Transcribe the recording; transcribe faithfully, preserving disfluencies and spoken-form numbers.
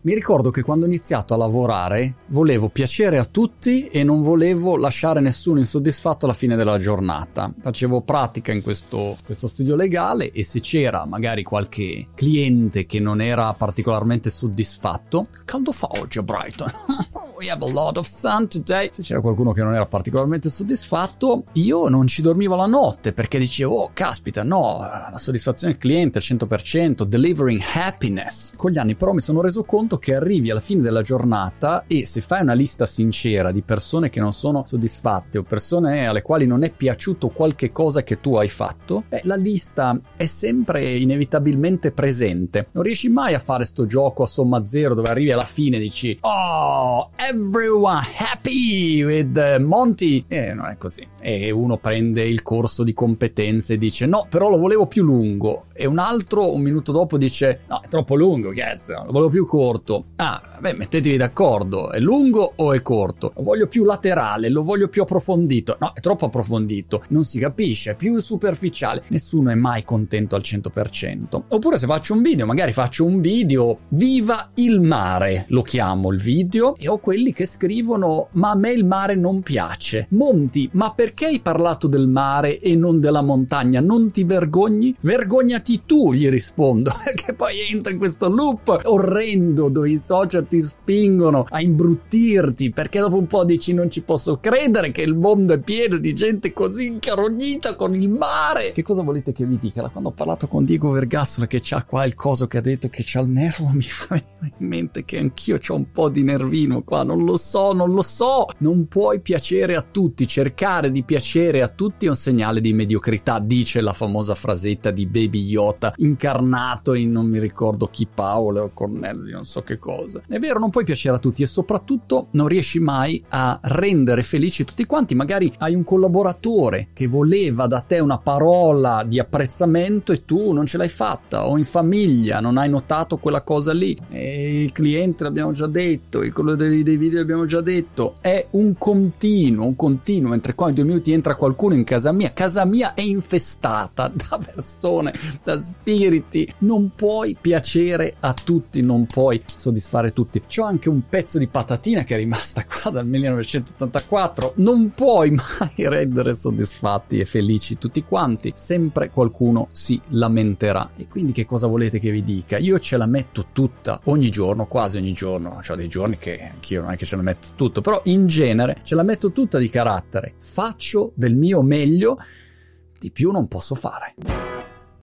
Mi ricordo che quando ho iniziato a lavorare volevo piacere a tutti e non volevo lasciare nessuno insoddisfatto alla fine della giornata. Facevo pratica in questo, questo studio legale e se c'era magari qualche cliente che non era particolarmente soddisfatto, caldo fa oggi a Brighton, we have a lot of sun today, se c'era qualcuno che non era particolarmente soddisfatto, io non ci dormivo la notte perché dicevo, oh caspita, no, la soddisfazione del cliente al cento per cento, delivering happiness. Con gli anni però mi sono reso conto che arrivi alla fine della giornata e se fai una lista sincera di persone che non sono soddisfatte o persone alle quali non è piaciuto qualche cosa che tu hai fatto, beh, la lista è sempre inevitabilmente presente. Non riesci mai a fare sto gioco a somma zero dove arrivi alla fine e dici, oh, everyone happy with Monty. E non è così. E uno prende il corso di competenze e dice, no, però lo volevo più lungo. E un altro un minuto dopo dice, no, è troppo lungo, cazzo, lo volevo più corto. Ah, beh, mettetevi d'accordo, è lungo o è corto? Lo voglio più laterale, lo voglio più approfondito. No, è troppo approfondito, non si capisce, è più superficiale. Nessuno è mai contento al cento per cento. Oppure se faccio un video, magari faccio un video viva il mare, lo chiamo il video, e ho quelli che scrivono, ma a me il mare non piace. Monti, ma perché hai parlato del mare e non della montagna? Non ti vergogni? Vergognati tu, gli rispondo, perché poi entra in questo loop orrendo dove i social ti spingono a imbruttirti, perché dopo un po' dici non ci posso credere che il mondo è pieno di gente così incarognita con il mare. Che cosa volete che vi dica? Quando ho parlato con Diego Vergassola che c'ha qua il coso che ha detto che c'ha il nervo, mi fa in mente che anch'io c'ho un po' di nervino qua, non lo so, non lo so. Non puoi piacere a tutti, cercare di piacere a tutti è un segnale di mediocrità, dice la famosa frasetta di Baby Yoda incarnato in non mi ricordo chi, Paolo o Cornelio, non so che cosa. È vero, non puoi piacere a tutti e soprattutto non riesci mai a rendere felici tutti quanti. Magari hai un collaboratore che voleva da te una parola di apprezzamento e tu non ce l'hai fatta, o in famiglia non hai notato quella cosa lì, e il cliente l'abbiamo già detto, e quello dei, dei video l'abbiamo già detto. È un continuo, un continuo, mentre qua in due minuti entra qualcuno in casa mia, casa mia è infestata da persone, da spiriti. Non puoi piacere a tutti, non puoi soddisfare tutti. C'ho anche un pezzo di patatina che è rimasta qua dal millenovecentottantaquattro. Non puoi mai rendere soddisfatti e felici tutti quanti, sempre qualcuno si lamenterà. E quindi che cosa volete che vi dica? Io ce la metto tutta ogni giorno, quasi ogni giorno. C'ho dei giorni che anch'io non è che ce la metto tutto, però in genere ce la metto tutta di carattere. Faccio del mio meglio, di più non posso fare.